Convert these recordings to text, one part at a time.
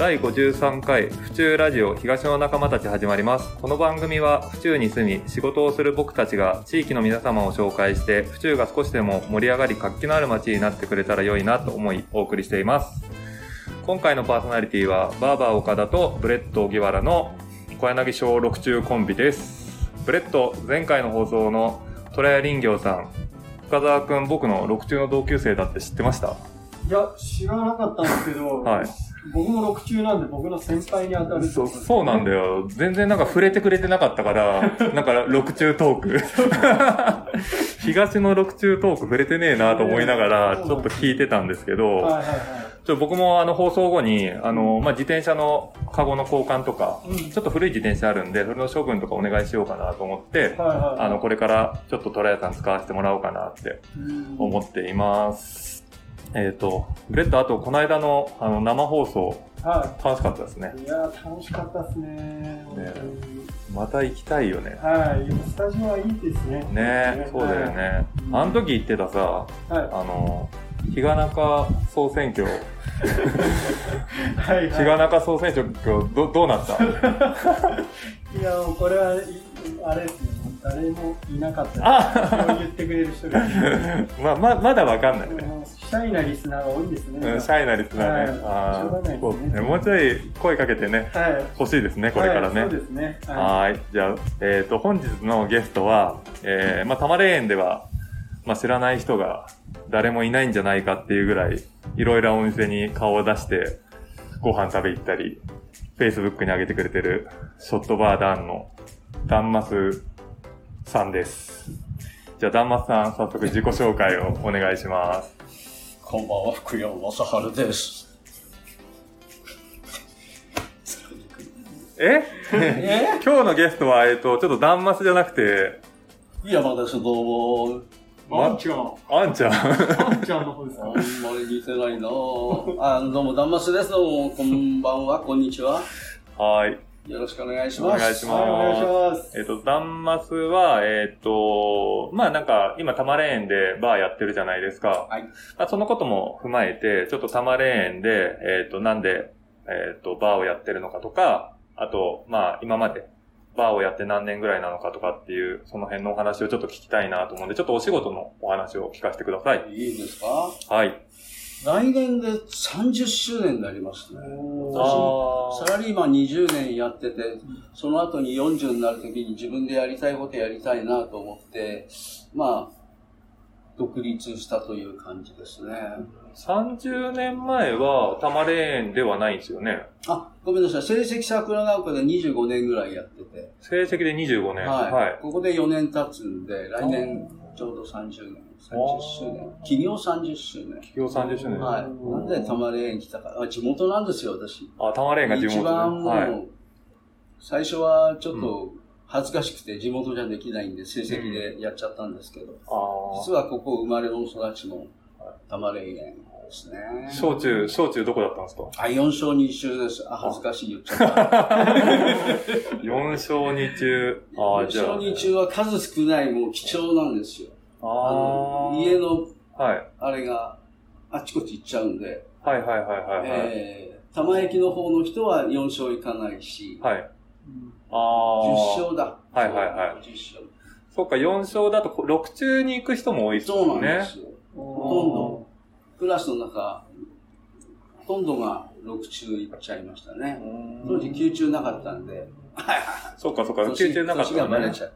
第53回府中ラジオ東の仲間たち始まります。この番組は府中に住み仕事をする僕たちが地域の皆様を紹介して府中が少しでも盛り上がり活気のある街になってくれたら良いなと思いお送りしています。今回のパーソナリティはバーバー岡田とブレッド荻原の小柳小六中コンビです。ブレッド、前回の放送の虎屋林業さん、深澤くん僕の六中の同級生だって知ってました？ いや、知らなかったんですけど、はい、僕も六中なんで僕の先輩に当たる。 そうなんだよ。全然なんか触れてくれてなかったから、なんか六中トーク。東の六中トーク触れてねえなと思いながら、ちょっと聞いてたんですけど、僕も僕も放送後に、自転車のカゴの交換とか、ちょっと古い自転車あるんで、それの処分とかお願いしようかなと思って、これからちょっとトラヤさん使わせてもらおうかなって思っています。ブレッド、あと、この間の、生放送、楽しかったですね。 いやー、楽しかったですね。 また行きたいよね。 はい。スタジオはいいですね。 ね、そうだよね。あの時言ってたさ、比嘉中総選挙。比嘉中総選挙、どうなった？ いや、これは、あれですね。誰もいなかったそう言ってくれる人がまだわかんないね。 シャイなリスナーが多いですね。 シャイなリスナーね。しょうがないですね。もうちょい声かけてね、欲しいですね、これからね。 そうですね。 はい。じゃあ、本日のゲストは、多摩霊園では、知らない人が誰もいないんじゃないかっていうぐらい、いろいろお店に顔を出して、ご飯食べ行ったり、Facebook に上げてくれてる、ショットバーダンの、ダンマスさんです。じゃあ、ダンマスさん、早速自己紹介をお願いします。 こんばんは、福山雅治です。 今日のゲストは、ちょっとダンマスじゃなくて、 山です、どうも。 あんちゃんの方ですか？ あんまり似てないなぁ。どうも、ダンマスです。どうも、こんばんは、こんにちは。 はい。 よろしくお願いします。 お願いします。 お願いします。 ダンマスは、なんか、今、多摩霊園でバーやってるじゃないですか。 はい。 そのことも踏まえて、ちょっと多摩霊園で、なんで、バーをやってるのかとか、あと、今まで、バーをやって何年ぐらいなのかとかっていう、その辺のお話をちょっと聞きたいなと思うんで、ちょっとお仕事のお話を聞かせてください。 いいですか？ はい。 来年で30周年になりますね。私、サラリーマン20年やってて、その後に40になるときに自分でやりたいことやりたいなと思って、独立したという感じですね。 30年前は多摩霊園ではないんですよね。 ごめんなさい。成績桜ヶ丘で25年ぐらいやってて。 成績で25年。 はい。ここで4年経つんで、来年ちょうど30年。30周年。起業30周年。 起業30周年。 はい。なんで多摩霊園来たか。地元なんですよ、私。 多摩霊園が地元、ね。 一番もう、最初はちょっと恥ずかしくて地元じゃできないんで、成績でやっちゃったんですけど。実はここ生まれも育ちも多摩霊園ですね。 小中どこだったんですか ？4勝2中です。恥ずかしい言っちゃった。 4勝2中。 4勝2中は数少ないもう貴重なんですよ。家の、あれがあっちこっち行っちゃうんで。多摩駅の方の人は4勝いかないし。10勝だ。10勝。 そっか、4勝だと6中に行く人も多いですよね。 そうなんですよ。ほとんど、クラスの中、ほとんどが6中行っちゃいましたね。当時9中なかったんで。 そうか、9中なかったね。 年がバレちゃう。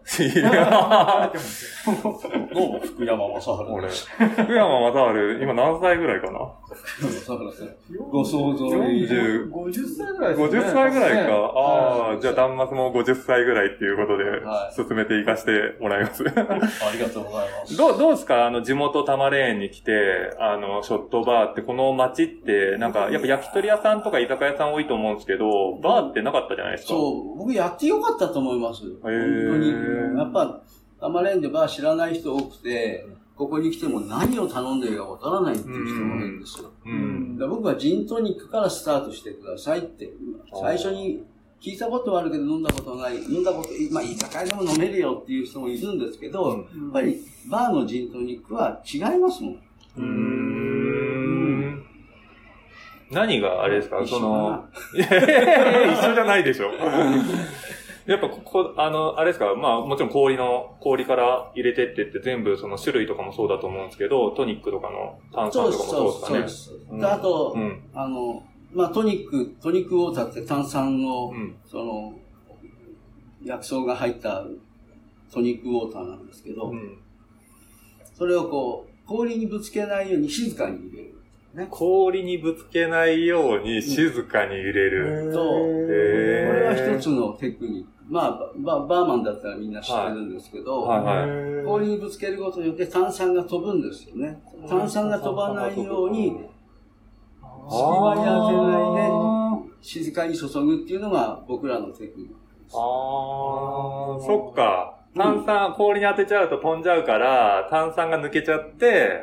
どうも、福山雅治。 俺、福山雅治、今何歳ぐらいかな？ ご想像 50歳ぐらいですね。 50歳ぐらいか。じゃあ、ダンマスも50歳ぐらいっていうことで、進めていかしてもらいます。 ありがとうございます。 どうですか？地元多摩霊園に来て、ショットバーって、この街って、なんか、やっぱ焼き鳥屋さんとか居酒屋さん多いと思うんですけど、バーってなかったじゃないですか。 そう、僕やってよかったと思います。本当に。やっぱ、多摩霊園でバー知らない人多くて、ここに来ても何を頼んでいいかわからないっていう人もいるんですよ。僕はジントニックからスタートしてくださいって、最初に聞いたことはあるけど飲んだことない、居酒屋でも飲めるよっていう人もいるんですけど、やっぱりバーのジントニックは違いますもん。 何があれですか一緒じゃないでしょ。やっぱあれですかまあもちろん氷から入れてって全部その種類とかもそうだと思うんですけど、トニックとかの炭酸とかもそうですかね。 あと、まあトニックウォーターって炭酸の、その、薬草が入ったトニックウォーターなんですけど、それをこう、氷にぶつけないように静かに入れる。ね、 氷にぶつけないように静かに入れる。 これは一つのテクニック。まあ、バーマンだったらみんな知ってるんですけど、氷にぶつけることによって炭酸が飛ぶんですよね。炭酸が飛ばないように、隙間に当てないで、静かに注ぐっていうのが僕らのテクニックです。 そっか。氷に当てちゃうと飛んじゃうから、炭酸が抜けちゃって、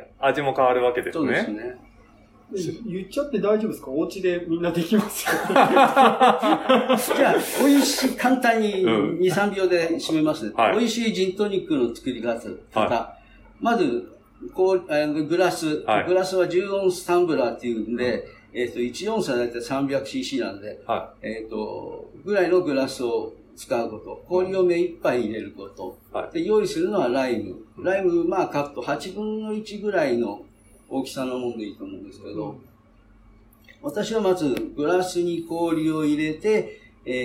味も変わるわけですね。 そうですね。 言っちゃって大丈夫ですか？お家でみんなできますよ。じゃあ、美味しい、簡単に2、3秒で締めますね。美味しいジントニックの作り方。まず、グラスは10オンスタンブラーっていうんで、1オンスはだいたい 300cc なんで、ぐらいのグラスを使うこと。氷を目いっぱい入れること。で、用意するのはライム。まあカット8分の1ぐらいの大きさのものでいいと思うんですけど、私はまずグラスに氷を入れて、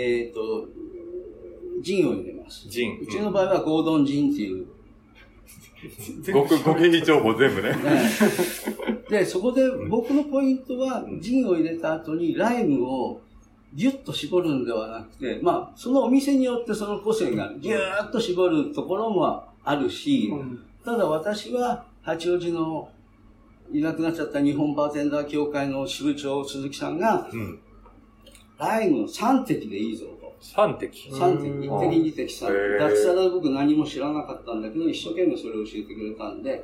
ジンを入れます。うちの場合はゴードンジンっていう。 極秘情報全部ね。 で、そこで僕のポイントは、ジンを入れた後にライムをギュッと絞るんではなくて、まあ、そのお店によってその個性がギューッと絞るところもあるし、ただ私は八王子のいなくなっちゃった日本バーテンダー協会の支部長鈴木さんが、ライムの3滴でいいぞと。 3滴 ?3 滴。1滴2滴3滴。脱サラで僕何も知らなかったんだけど、一生懸命それを教えてくれたんで、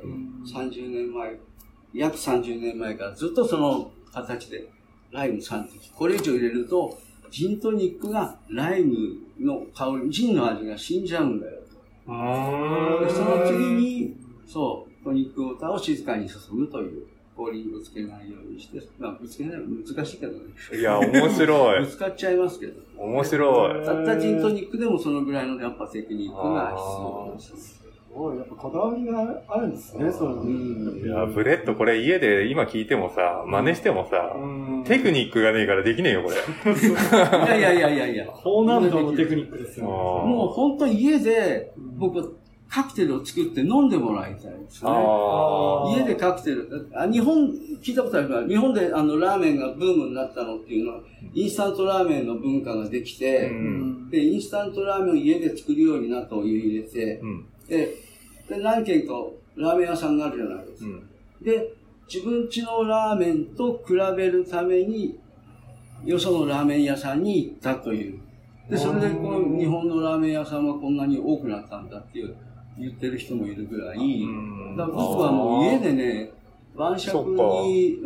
約30年前からずっとその形で、ライム3滴。これ以上入れると、ジントニックがライムの香り、ジンの味が死んじゃうんだよと。でその次に、トニックウォーターを静かに注ぐという、氷にぶつけないようにして、まあ、ぶつけないの難しいけどね。 いや、面白い。 ぶつかっちゃいますけど。 面白い。 たったジントニックでもそのぐらいのやっぱテクニックが必要です。 すごい、やっぱこだわりがあるんですね、そういうの。 いや、ブレッドこれ家で今聞いてもさ、真似してもさ、テクニックがねえからできねえよ、これ。 いや。 高難度のテクニックですよね。 もう本当家で、僕、カクテルを作って飲んでもらいたいですね。家でカクテル。日本、聞いたことあるから、日本でラーメンがブームになったのっていうのは、インスタントラーメンの文化ができて、で、インスタントラーメンを家で作るようになったお湯入れて、で、何軒かラーメン屋さんがあるじゃないですか。で、自分家のラーメンと比べるために、よそのラーメン屋さんに行ったという。で、それでこの日本のラーメン屋さんはこんなに多くなったんだっていう。言ってる人もいるぐらい、だから僕はもう家でね、晩酌に、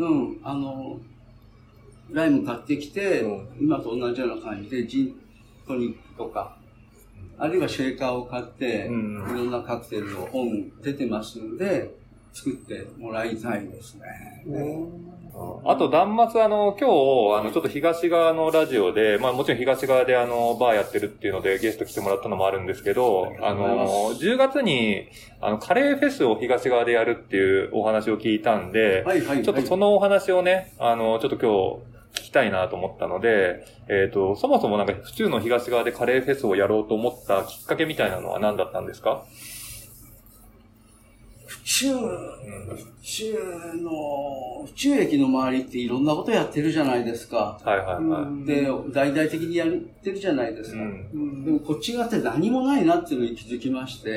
ライム買ってきて、今と同じような感じで、ジントニックとか、あるいはシェーカーを買って、いろんなカクテルを本出てますので、作ってもらいたいですね。 あと、断末今日、ちょっと東側のラジオで、まあもちろん東側でバーやってるっていうのでゲスト来てもらったのもあるんですけど、10月に、カレーフェスを東側でやるっていうお話を聞いたんで、ちょっとそのお話をね、ちょっと今日聞きたいなと思ったので、そもそもなんか府中の東側でカレーフェスをやろうと思ったきっかけみたいなのは何だったんですか？ 府中駅の周りっていろんなことやってるじゃないですか。で、大々的にやってるじゃないですか。でもこっち側って何もないなっていうのに気づきまして、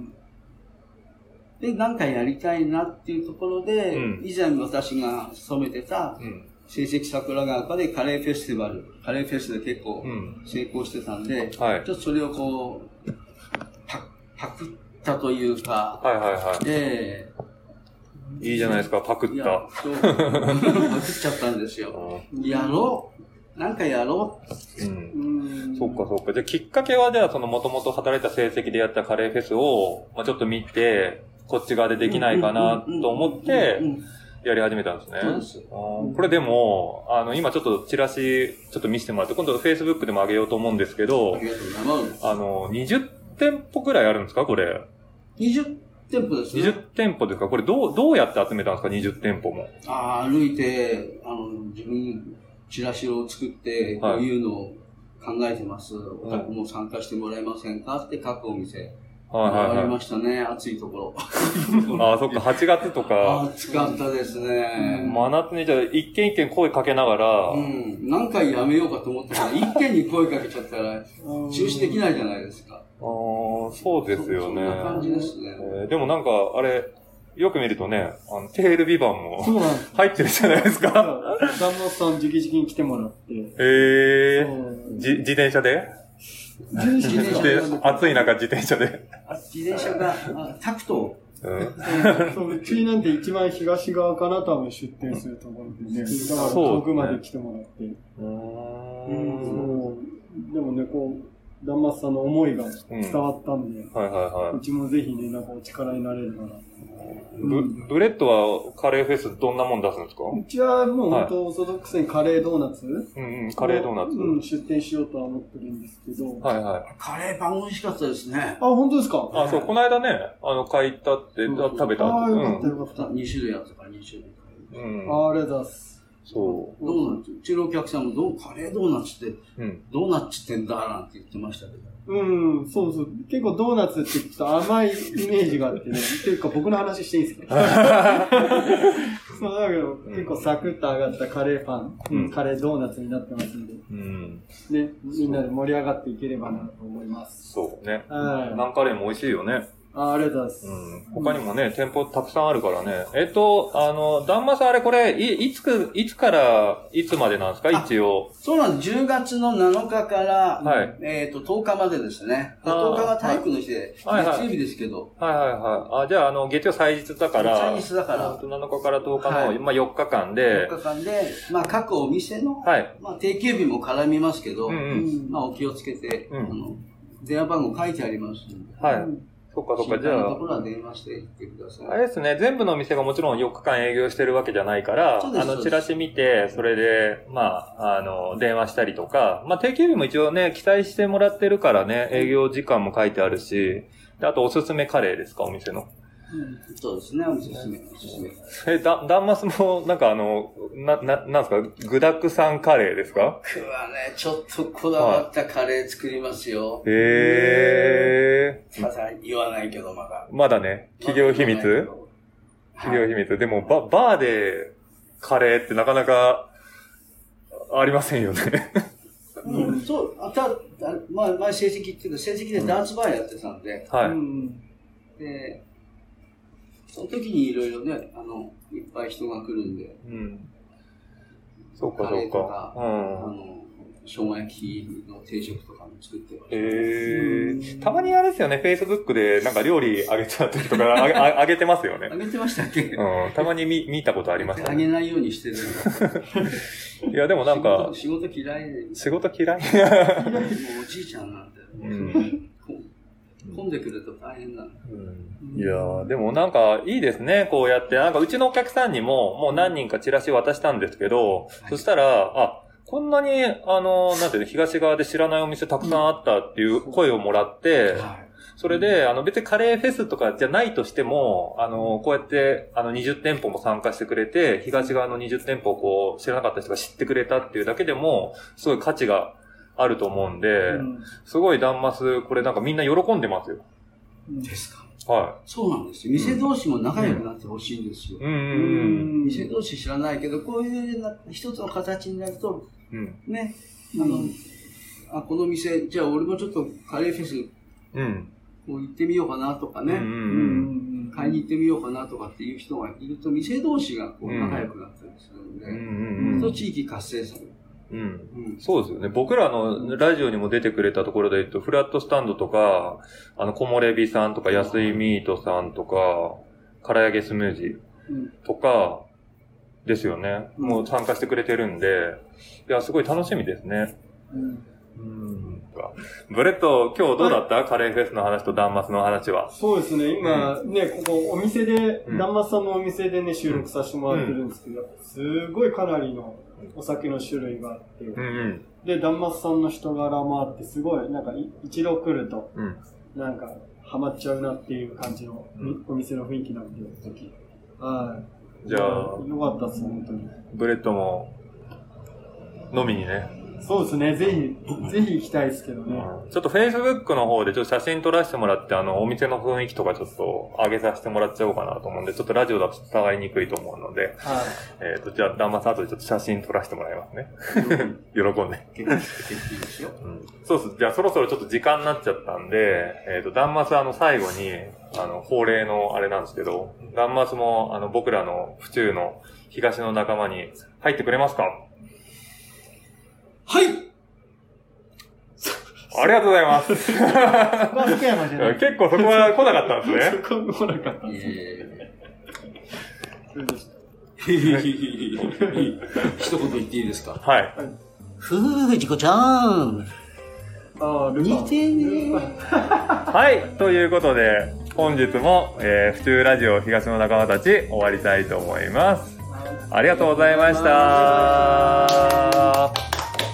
で、なんかやりたいなっていうところで、以前私が勤めてた、成績桜ヶ丘でカレーフェスティバル、カレーフェスで結構成功してたんで、ちょっとそれをこう、パクったというか、 いいじゃないですか、パクった。 パクっちゃったんですよ。なんかやろう。 そっか。じゃあきっかけは、じゃあもともと働いた成績でやったカレーフェスを、まあちょっと見て、こっち側でできないかなと思って、 やり始めたんですね。 そうです。 これでも、今ちょっとチラシ、ちょっと見せてもらって、今度 Facebook でも上げようと思うんですけど、 ありがとうございます。 20店舗くらいあるんですかこれ。 20店舗ですね。 20店舗ですかこれどうやって集めたんですか ?20 店舗も。 歩いて、自分、チラシを作って、こういうのを考えてます。お宅も参加してもらえませんかって各お店。ありましたね、暑いところ。 ああ、そっか、8月とか。 暑かったですね。 真夏にじゃあ、一軒一軒声かけながら。 何回やめようかと思ったら、一軒に声かけちゃったら、中止できないじゃないですか。 そうですよね。 そんな感じですね。 でもなんか、あれ、よく見るとね、テールビバンも入ってるじゃないですか。 旦那さん直々に来てもらって。 自転車で暑い中自転車で。 自転車が、タクト。 うちなんて一番東側かな、多分出店するところでね。だから遠くまで来てもらって。でもね、こう、ダンマスさんの思いが伝わったんで、うちもぜひね、なんかお力になれるから。 ブレッドはカレーフェスどんなもん出すんですか？ うちはもう本当オーソドックスにカレードーナツカレードーナツ出店しようとは思ってるんですけど。 カレーパン美味しかったですね。 本当ですか？ そう、この間ね、買いたって食べた。 よかったよかった。 2種類あったから2種類。 ありがとうございます。 そう。 ドーナツ、うちのお客さんもカレードーナツって、どうなっちってんだなんて言ってましたけど。 そうそう。結構ドーナツって聞くと甘いイメージがあってね。っていうか僕の話していいんですか？そうだけど、結構サクッと揚がったカレーパン、カレードーナツになってますんで。ね、みんなで盛り上がっていければなと思います。 そうね。ナンカレーも美味しいよね。 ありがとうございます。 他にもね、店舗たくさんあるからね。ダンマさんあれこれ、いつからいつまでなんですか一応。 そうなんです。10月の7日から、10日までですね。10日が体育の日で、月曜日ですけど。 じゃあ、月曜祭日だから、 祭日だから。 7日から10日の、4日間で。 4日間で、各お店の、定休日も絡みますけど、お気をつけて、電話番号書いてありますんで。 そっか、じゃあ。 ところは電話していってください。 あれですね、全部のお店がもちろん4日間営業してるわけじゃないから、チラシ見て、それで、電話したりとか、定休日も一応ね、記載してもらってるからね、営業時間も書いてあるし、あとおすすめカレーですか、お店の。 そうですね、おすすめ。 ダンマスも、なんかなんですか、具沢山カレーですか？ 僕はね、ちょっとこだわったカレー作りますよ。ただ言わないけどまだ。 まだね、企業秘密？企業秘密。でも、バーでカレーってなかなかありませんよね。 そう、前成績っていうか、成績でダーツバーやってたんで。で、その時にいろいろね、いっぱい人が来るんで。 そうか。 生姜焼きの定食とかも作ってました。たまにあれですよね、Facebook でなんか料理あげちゃったりとか、あげてますよね。 あげてましたっけ？ たまに見たことありましたね。 あげないようにしてる。 いや、でもなんか。 仕事嫌いで。 仕事嫌い？ もうおじいちゃんなんで。混んでくると大変なんだ。 いやでもなんかいいですね、こうやって。なんかうちのお客さんにももう何人かチラシ渡したんですけど、そしたら、こんなに、なんていうの、東側で知らないお店たくさんあったっていう声をもらって、それで、別にカレーフェスとかじゃないとしても、こうやって、20店舗も参加してくれて、東側の20店舗をこう、知らなかった人が知ってくれたっていうだけでも、すごい価値があると思うんで、すごいダンマス、これなんかみんな喜んでますよ。 ですか。 そうなんですよ。店同士も仲良くなってほしいんですよ。店同士知らないけど、こういう一つの形になると、ね、この店、じゃあ俺もちょっとカレーフェス、こう行ってみようかなとかね、買いに行ってみようかなとかっていう人がいると、店同士がこう仲良くなったりするんで、地域活性される。 そうですよね。僕らのラジオにも出てくれたところで言うと、フラットスタンドとか、木漏れ日さんとか、安いミートさんとか、唐揚げスムージーとか、ですよね。もう参加してくれてるんで、いや、すごい楽しみですね。 ブレット、今日どうだった、はい、カレーフェスの話とダンマスの話は。 そうですね、今ね、ここお店で、ダンマスさんのお店でね、収録させてもらってるんですけど、すごいかなりのお酒の種類があって、で、ダンマスさんの人柄もあって、すごい、なんか一度来ると、なんか、ハマっちゃうなっていう感じの、お店の雰囲気なんで、はい。じゃあ、よかったっす、本当に。 ブレットも、飲みにね。 そうですね、ぜひ行きたいですけどね。 ちょっと Facebook の方でちょっと写真撮らせてもらって、お店の雰囲気とかちょっと上げさせてもらっちゃおうかなと思うんで、ちょっとラジオだと伝わりにくいと思うので、はい。じゃあ、ダンマス後でちょっと写真撮らせてもらいますね。喜んで。 結構いいですよ。 そうです。じゃあ、そろそろちょっと時間になっちゃったんで、ダンマス最後に、恒例のあれなんですけど、ダンマスも、僕らの府中の東の仲間に入ってくれますか？ はい。 ありがとうございます。 そこは福山じゃない。 結構そこは来なかったんですね。 そこは来なかったんですね。そうでした。 一言言っていいですか？ はい。 ふじこちゃん。似てね。 はい。ということで、本日も、府中ラジオ東の仲間たち終わりたいと思います。ありがとうございました。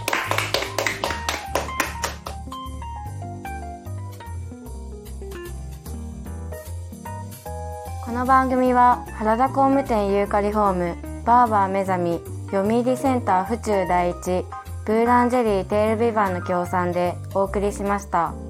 この番組は原田工務店ユーカリホーム、バーバー目覚み、読売センター府中第一、ブーランジェリーテールビバンの協賛でお送りしました。